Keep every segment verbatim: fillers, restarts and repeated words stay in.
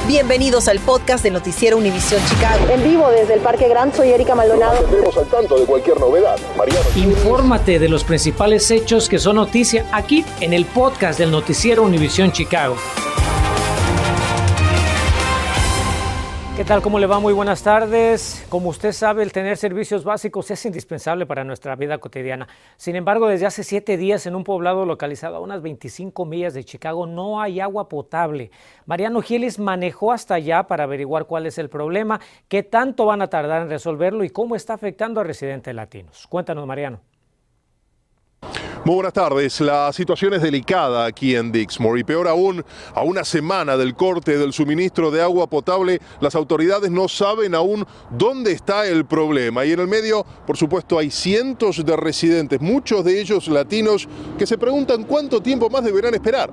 Bienvenidos al podcast del Noticiero Univisión Chicago. En vivo desde el Parque Grant, soy Erika Maldonado. Estemos al tanto de cualquier novedad. Mariano. Infórmate de los principales hechos que son noticia aquí en el podcast del Noticiero Univisión Chicago. ¿Qué tal? ¿Cómo le va? Muy buenas tardes. Como usted sabe, el tener servicios básicos es indispensable para nuestra vida cotidiana. Sin embargo, desde hace siete días en un poblado localizado a unas veinticinco millas de Chicago no hay agua potable. Mariano Gilis manejó hasta allá para averiguar cuál es el problema, qué tanto van a tardar en resolverlo y cómo está afectando a residentes latinos. Cuéntanos, Mariano. Muy buenas tardes. La situación es delicada aquí en Dixmoor y peor aún, a una semana del corte del suministro de agua potable, las autoridades no saben aún dónde está el problema. Y en el medio, por supuesto, hay cientos de residentes, muchos de ellos latinos, que se preguntan cuánto tiempo más deberán esperar.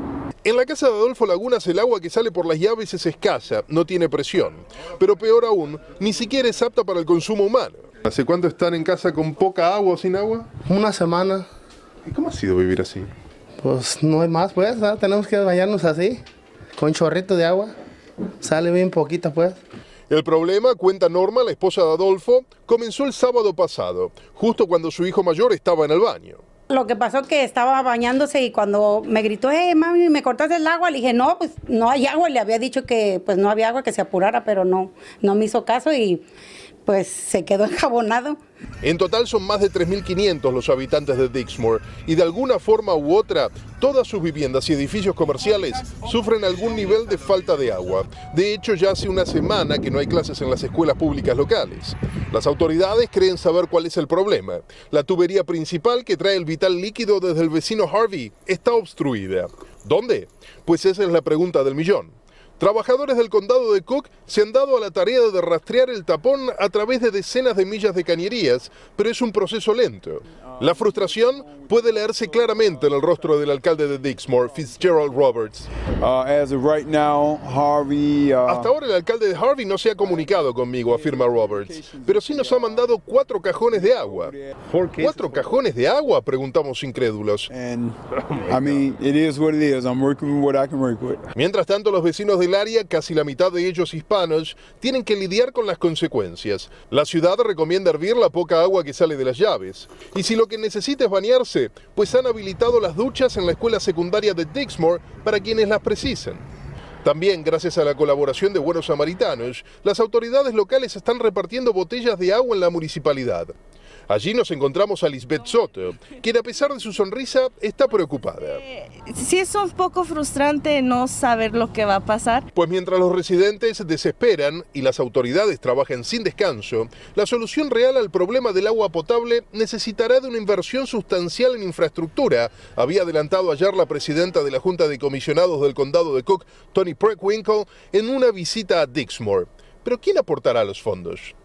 En la casa de Adolfo Lagunas el agua que sale por las llaves es escasa, no tiene presión. Pero peor aún, ni siquiera es apta para el consumo humano. ¿Hace cuánto están en casa con poca agua o sin agua? Una semana. ¿Y cómo ha sido vivir así? Pues no hay más, pues, ¿no? Tenemos que bañarnos así, con chorrito de agua. Sale bien poquita, pues. El problema, cuenta Norma, la esposa de Adolfo, comenzó el sábado pasado, justo cuando su hijo mayor estaba en el baño. Lo que pasó que estaba bañándose y cuando me gritó, hey, mami, ¿me cortaste el agua? Le dije, no, pues no hay agua. Le había dicho que pues no había agua, que se apurara, pero no, no me hizo caso y pues se quedó enjabonado. En total son más de tres mil quinientos los habitantes de Dixmoor y de alguna forma u otra, todas sus viviendas y edificios comerciales sufren algún nivel de falta de agua. De hecho, ya hace una semana que no hay clases en las escuelas públicas locales. Las autoridades creen saber cuál es el problema. La tubería principal que trae el vital líquido desde el vecino Harvey está obstruida. ¿Dónde? Pues esa es la pregunta del millón. Trabajadores del condado de Cook se han dado a la tarea de rastrear el tapón a través de decenas de millas de cañerías, pero es un proceso lento. La frustración puede leerse claramente en el rostro del alcalde de Dixmoor, Fitzgerald Roberts. Uh, as of right now, Harvey, uh... Hasta ahora el alcalde de Harvey no se ha comunicado conmigo, afirma Roberts, pero sí nos ha mandado cuatro cajones de agua. ¿Cuatro cajones de agua?, preguntamos incrédulos. And, I mean, it is what it is. I'm working with what I can work with. Mientras tanto, los vecinos del área, casi la mitad de ellos hispanos, tienen que lidiar con las consecuencias. La ciudad recomienda hervir la poca agua que sale de las llaves. Y si lo que necesita es bañarse, pues han habilitado las duchas en la escuela secundaria de Dixmoor para quienes las precisan. También, gracias a la colaboración de buenos samaritanos, las autoridades locales están repartiendo botellas de agua en la municipalidad. Allí nos encontramos a Lisbeth Soto, quien a pesar de su sonrisa está preocupada. Eh, sí es un poco frustrante no saber lo que va a pasar. Pues mientras los residentes desesperan y las autoridades trabajan sin descanso, la solución real al problema del agua potable necesitará de una inversión sustancial en infraestructura, había adelantado ayer la presidenta de la Junta de Comisionados del Condado de Cook, Toni Preckwinkle, en una visita a Dixmoor. ¿Pero quién aportará los fondos?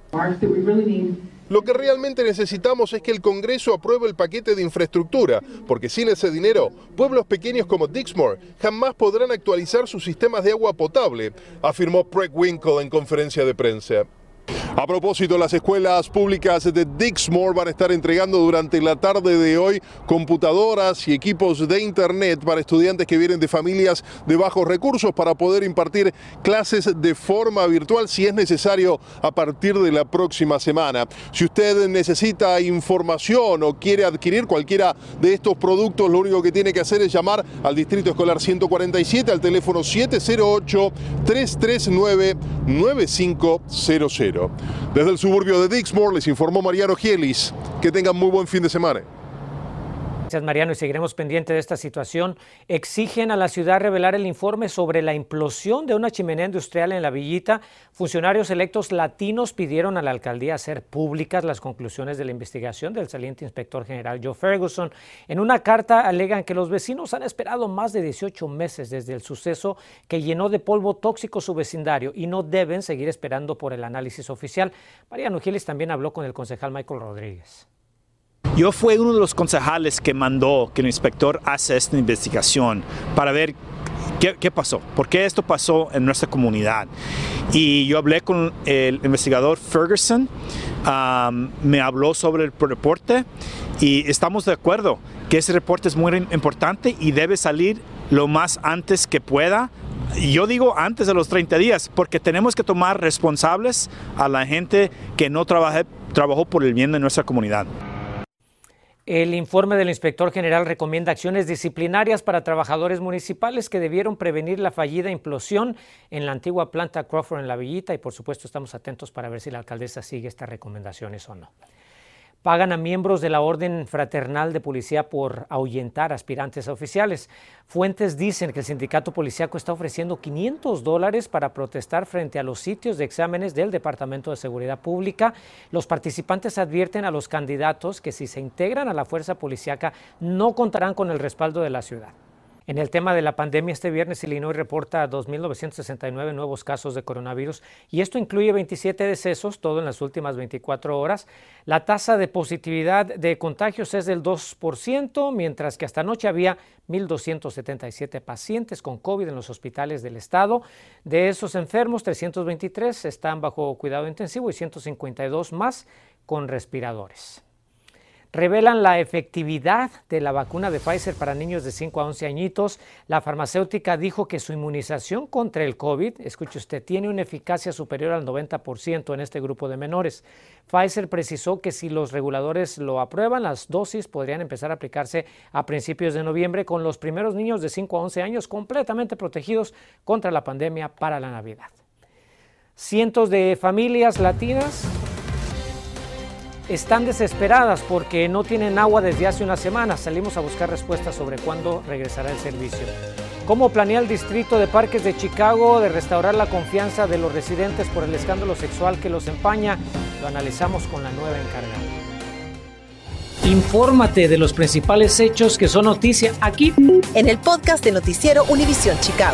Lo que realmente necesitamos es que el Congreso apruebe el paquete de infraestructura, porque sin ese dinero, pueblos pequeños como Dixmoor jamás podrán actualizar sus sistemas de agua potable, afirmó Preckwinkle en conferencia de prensa. A propósito, las escuelas públicas de Dixmoor van a estar entregando durante la tarde de hoy computadoras y equipos de internet para estudiantes que vienen de familias de bajos recursos para poder impartir clases de forma virtual si es necesario a partir de la próxima semana. Si usted necesita información o quiere adquirir cualquiera de estos productos, lo único que tiene que hacer es llamar al Distrito Escolar ciento cuarenta y siete al teléfono siete cero ocho, tres tres nueve, nueve cinco cero cero. Desde el suburbio de Dixmoor les informó Mariano Gilis. Que tengan muy buen fin de semana. Gracias, Mariano, y seguiremos pendientes de esta situación. Exigen a la ciudad revelar el informe sobre la implosión de una chimenea industrial en La Villita. Funcionarios electos latinos pidieron a la alcaldía hacer públicas las conclusiones de la investigación del saliente inspector general Joe Ferguson. En una carta alegan que los vecinos han esperado más de dieciocho meses desde el suceso que llenó de polvo tóxico su vecindario y no deben seguir esperando por el análisis oficial. Mariano Gilis también habló con el concejal Michael Rodríguez. Yo fui uno de los concejales que mandó que el inspector haga esta investigación para ver qué, qué pasó, por qué esto pasó en nuestra comunidad. Y yo hablé con el investigador Ferguson, um, me habló sobre el reporte y estamos de acuerdo que ese reporte es muy importante y debe salir lo más antes que pueda yo digo antes de los treinta días, porque tenemos que tomar responsables a la gente que no trabaje, trabajó por el bien de nuestra comunidad. El informe del inspector general recomienda acciones disciplinarias para trabajadores municipales que debieron prevenir la fallida implosión en la antigua planta Crawford en La Villita, y por supuesto estamos atentos para ver si la alcaldesa sigue estas recomendaciones o no. Pagan a miembros de la Orden Fraternal de Policía por ahuyentar aspirantes a oficiales. Fuentes dicen que el sindicato policíaco está ofreciendo quinientos dólares para protestar frente a los sitios de exámenes del Departamento de Seguridad Pública. Los participantes advierten a los candidatos que si se integran a la fuerza policíaca no contarán con el respaldo de la ciudad. En el tema de la pandemia, este viernes Illinois reporta dos mil novecientos sesenta y nueve nuevos casos de coronavirus y esto incluye veintisiete decesos, todo en las últimas veinticuatro horas. La tasa de positividad de contagios es del dos por ciento, mientras que hasta anoche había mil doscientos setenta y siete pacientes con COVID en los hospitales del estado. De esos enfermos, trescientos veintitrés están bajo cuidado intensivo y ciento cincuenta y dos más con respiradores. Revelan la efectividad de la vacuna de Pfizer para niños de cinco a once añitos. La farmacéutica dijo que su inmunización contra el COVID, escuche usted, tiene una eficacia superior al noventa por ciento en este grupo de menores. Pfizer precisó que si los reguladores lo aprueban, las dosis podrían empezar a aplicarse a principios de noviembre, con los primeros niños de cinco a once años completamente protegidos contra la pandemia para la Navidad. Cientos de familias latinas están desesperadas porque no tienen agua desde hace una semana. Salimos a buscar respuestas sobre cuándo regresará el servicio. ¿Cómo planea el Distrito de Parques de Chicago de restaurar la confianza de los residentes por el escándalo sexual que los empaña? Lo analizamos con la nueva encargada. Infórmate de los principales hechos que son noticia aquí en el podcast de Noticiero Univisión Chicago.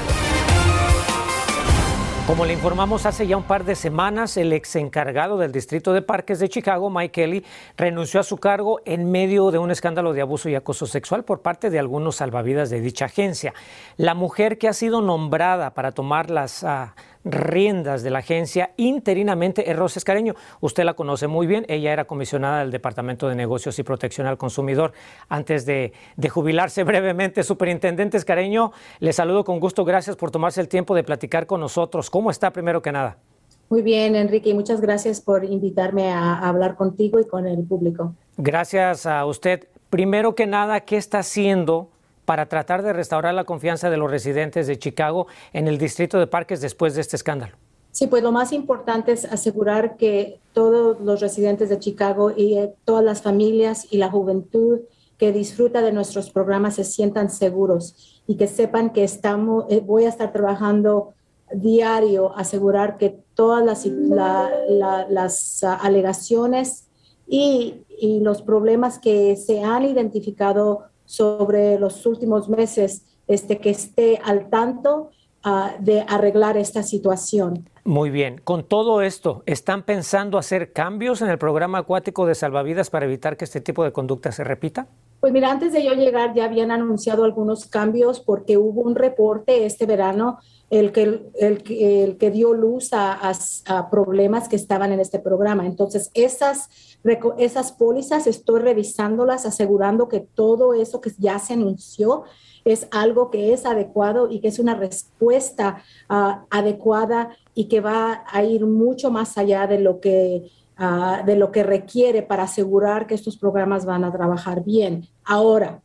Como le informamos hace ya un par de semanas, el ex encargado del Distrito de Parques de Chicago, Mike Kelly, renunció a su cargo en medio de un escándalo de abuso y acoso sexual por parte de algunos salvavidas de dicha agencia. La mujer que ha sido nombrada para tomar las uh, riendas de la agencia interinamente es Rosa Escareño. Usted la conoce muy bien. Ella era comisionada del Departamento de Negocios y Protección al Consumidor antes de, de jubilarse brevemente. Superintendente Escareño, le saludo con gusto. Gracias por tomarse el tiempo de platicar con nosotros. ¿Cómo está, primero que nada? Muy bien, Enrique, y muchas gracias por invitarme a, a hablar contigo y con el público. Gracias a usted. Primero que nada, ¿qué está haciendo para tratar de restaurar la confianza de los residentes de Chicago en el Distrito de Parques después de este escándalo? Sí, pues lo más importante es asegurar que todos los residentes de Chicago y eh, todas las familias y la juventud que disfruta de nuestros programas se sientan seguros y que sepan que estamos, eh, voy a estar trabajando diario, asegurar que todas las, la, la, las uh, alegaciones y, y los problemas que se han identificado sobre los últimos meses, este, que esté al tanto uh, de arreglar esta situación. Muy bien. Con todo esto, ¿están pensando hacer cambios en el programa acuático de salvavidas para evitar que este tipo de conducta se repita? Pues mira, antes de yo llegar ya habían anunciado algunos cambios porque hubo un reporte este verano el que, el, el que dio luz a, a, a problemas que estaban en este programa. Entonces, esas, esas pólizas estoy revisándolas, asegurando que todo eso que ya se anunció es algo que es adecuado y que es una respuesta uh, adecuada y que va a ir mucho más allá de lo que Uh, de lo que requiere para asegurar que estos programas van a trabajar bien. Ahora,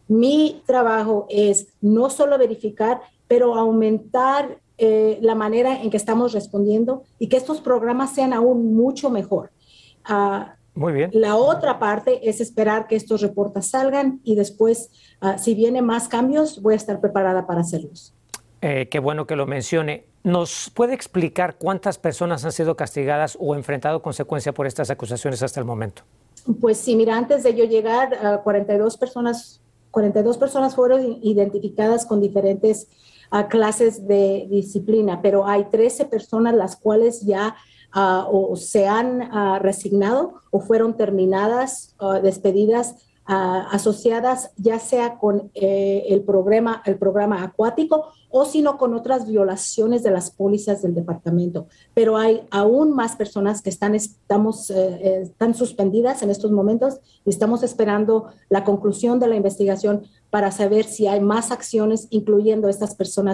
mi trabajo es no solo verificar, pero aumentar eh, la manera en que estamos respondiendo y que estos programas sean aún mucho mejor. Uh, Muy bien. La otra parte es esperar que estos reportes salgan y después, uh, si vienen más cambios, voy a estar preparada para hacerlos. Eh, qué bueno que lo mencione. ¿Nos puede explicar cuántas personas han sido castigadas o enfrentado consecuencias por estas acusaciones hasta el momento? Pues sí, mira, antes de yo llegar, uh, cuarenta y dos personas, cuarenta y dos personas fueron identificadas con diferentes uh, clases de disciplina, pero hay trece personas las cuales ya uh, o se han uh, resignado o fueron terminadas, uh, despedidas, Uh, asociadas ya sea con eh, el, programa, el programa acuático o sino con otras violaciones de las pólizas del departamento. Pero hay aún más personas que están, estamos, eh, están suspendidas en estos momentos y estamos esperando la conclusión de la investigación para saber si hay más acciones, incluyendo estas personas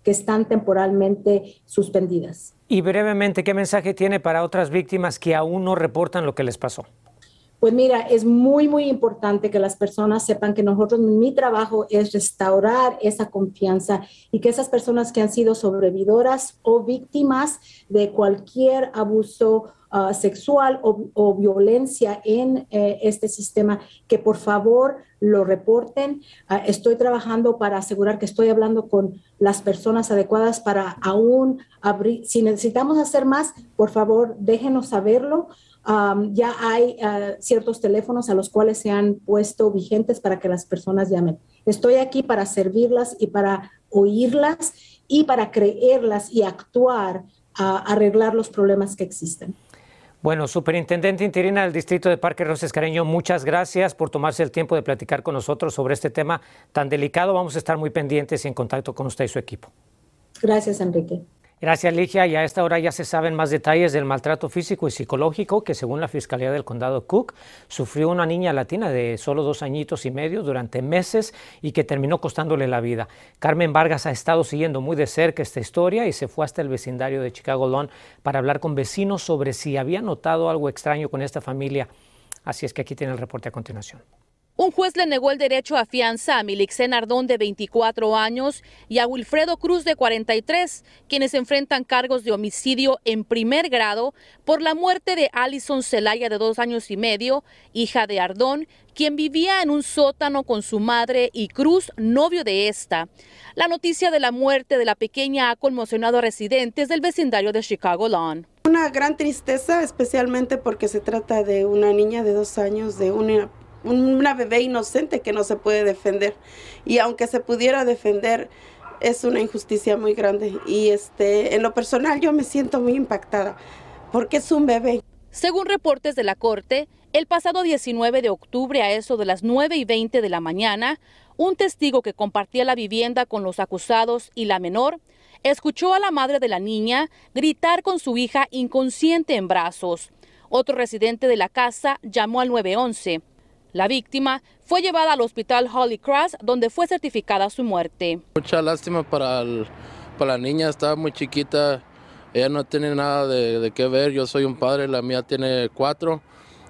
que están temporalmente suspendidas. Y brevemente, ¿qué mensaje tiene para otras víctimas que aún no reportan lo que les pasó? Pues mira, es muy, muy importante que las personas sepan que nosotros, mi trabajo es restaurar esa confianza y que esas personas que han sido sobrevividoras o víctimas de cualquier abuso uh, sexual o, o violencia en eh, este sistema, que por favor lo reporten. Uh, estoy trabajando para asegurar que estoy hablando con las personas adecuadas para aún abrir. Si necesitamos hacer más, por favor, déjenos saberlo. Um, ya hay uh, ciertos teléfonos a los cuales se han puesto vigentes para que las personas llamen. Estoy aquí para servirlas y para oírlas y para creerlas y actuar a arreglar los problemas que existen. Bueno, Superintendente interina del Distrito de Parque Rosas Careño, muchas gracias por tomarse el tiempo de platicar con nosotros sobre este tema tan delicado. Vamos a estar muy pendientes y en contacto con usted y su equipo. Gracias, Enrique. Gracias, Ligia. Y a esta hora ya se saben más detalles del maltrato físico y psicológico que, según la Fiscalía del Condado Cook, sufrió una niña latina de solo dos añitos y medio durante meses y que terminó costándole la vida. Carmen Vargas ha estado siguiendo muy de cerca esta historia y se fue hasta el vecindario de Chicago Lawn para hablar con vecinos sobre si había notado algo extraño con esta familia. Así es que aquí tiene el reporte a continuación. Un juez le negó el derecho a fianza a Milixén Ardón, de veinticuatro años, y a Wilfredo Cruz, de cuarenta y tres, quienes enfrentan cargos de homicidio en primer grado por la muerte de Alison Celaya, de dos años y medio, hija de Ardón, quien vivía en un sótano con su madre, y Cruz, novio de esta. La noticia de la muerte de la pequeña ha conmocionado a residentes del vecindario de Chicago Lawn. Una gran tristeza, especialmente porque se trata de una niña de dos años, de una una bebé inocente que no se puede defender, y aunque se pudiera defender, es una injusticia muy grande. Y este, en lo personal yo me siento muy impactada porque es un bebé. Según reportes de la corte, el pasado diecinueve de octubre, a eso de las nueve y veinte de la mañana, un testigo que compartía la vivienda con los acusados y la menor escuchó a la madre de la niña gritar con su hija inconsciente en brazos. Otro residente de la casa llamó al nueve once. La víctima fue llevada al hospital Holy Cross, donde fue certificada su muerte. Mucha lástima para, el, para la niña, estaba muy chiquita, ella no tiene nada de, de qué ver. Yo soy un padre, la mía tiene cuatro,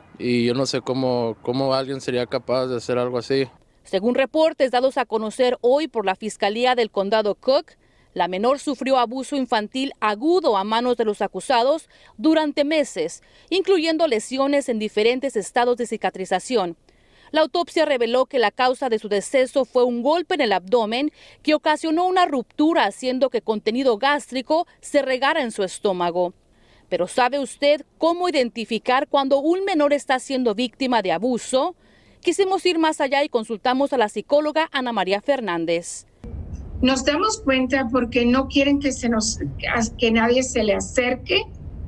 y yo no sé cómo, cómo alguien sería capaz de hacer algo así. Según reportes dados a conocer hoy por la Fiscalía del Condado Cook, la menor sufrió abuso infantil agudo a manos de los acusados durante meses, incluyendo lesiones en diferentes estados de cicatrización. La autopsia reveló que la causa de su deceso fue un golpe en el abdomen que ocasionó una ruptura, haciendo que contenido gástrico se regara en su estómago. Pero ¿sabe usted cómo identificar cuando un menor está siendo víctima de abuso? Quisimos ir más allá y consultamos a la psicóloga Ana María Fernández. Nos damos cuenta porque no quieren que, se nos, que nadie se le acerque,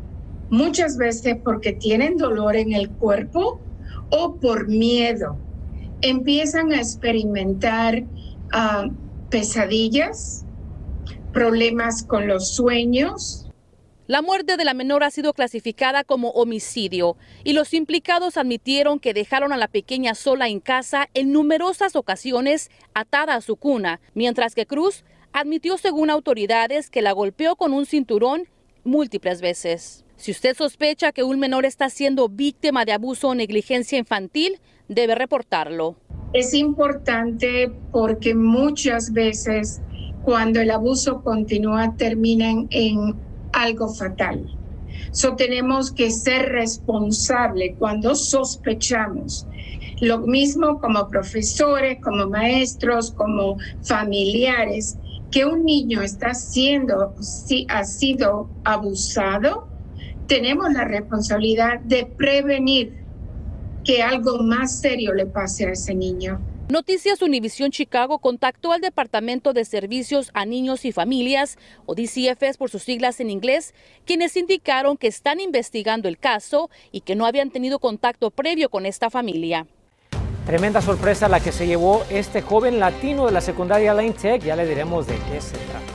muchas veces porque tienen dolor en el cuerpo o por miedo. Empiezan a experimentar uh, pesadillas, problemas con los sueños. La muerte de la menor ha sido clasificada como homicidio y los implicados admitieron que dejaron a la pequeña sola en casa en numerosas ocasiones, atada a su cuna, mientras que Cruz admitió, según autoridades, que la golpeó con un cinturón múltiples veces. Si usted sospecha que un menor está siendo víctima de abuso o negligencia infantil, debe reportarlo. Es importante porque muchas veces cuando el abuso continúa terminan en algo fatal. So, tenemos que ser responsables cuando sospechamos. Lo mismo como profesores, como maestros, como familiares, que un niño está siendo, si ha sido abusado, tenemos la responsabilidad de prevenir que algo más serio le pase a ese niño. Noticias Univisión Chicago contactó al Departamento de Servicios a Niños y Familias, o D C F S por sus siglas en inglés, quienes indicaron que están investigando el caso y que no habían tenido contacto previo con esta familia. Tremenda sorpresa la que se llevó este joven latino de la secundaria Lane Tech. Ya le diremos de qué se trata.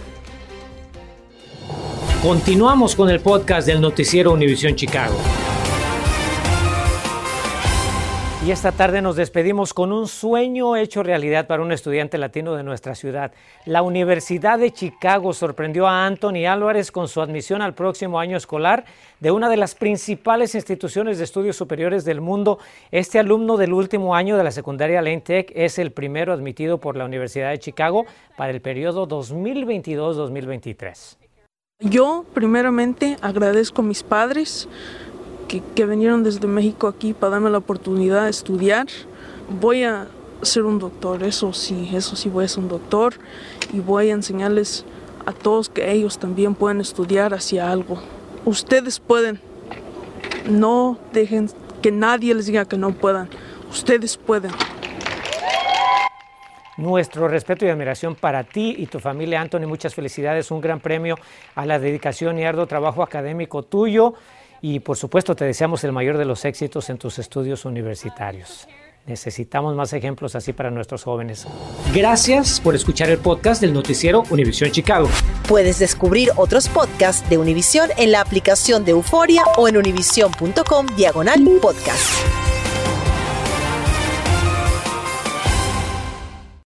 Continuamos con el podcast del noticiero Univisión Chicago. Y esta tarde nos despedimos con un sueño hecho realidad para un estudiante latino de nuestra ciudad. La Universidad de Chicago sorprendió a Anthony Álvarez con su admisión al próximo año escolar de una de las principales instituciones de estudios superiores del mundo. Este alumno del último año de la secundaria Lane Tech es el primero admitido por la Universidad de Chicago para el periodo dos mil veintidós dos mil veintitrés. Yo, primeramente, agradezco a mis padres Que, que vinieron desde México aquí para darme la oportunidad de estudiar. Voy a ser un doctor, eso sí, eso sí voy a ser un doctor y voy a enseñarles a todos que ellos también pueden estudiar hacia algo. Ustedes pueden, no dejen que nadie les diga que no puedan, ustedes pueden. Nuestro respeto y admiración para ti y tu familia, Anthony. Muchas felicidades, un gran premio a la dedicación y arduo trabajo académico tuyo. Y por supuesto te deseamos el mayor de los éxitos en tus estudios universitarios. Necesitamos más ejemplos así para nuestros jóvenes. Gracias por escuchar el podcast del noticiero Univisión Chicago. Puedes descubrir otros podcasts de Univisión en la aplicación de Euforia o en univision punto com diagonal podcast.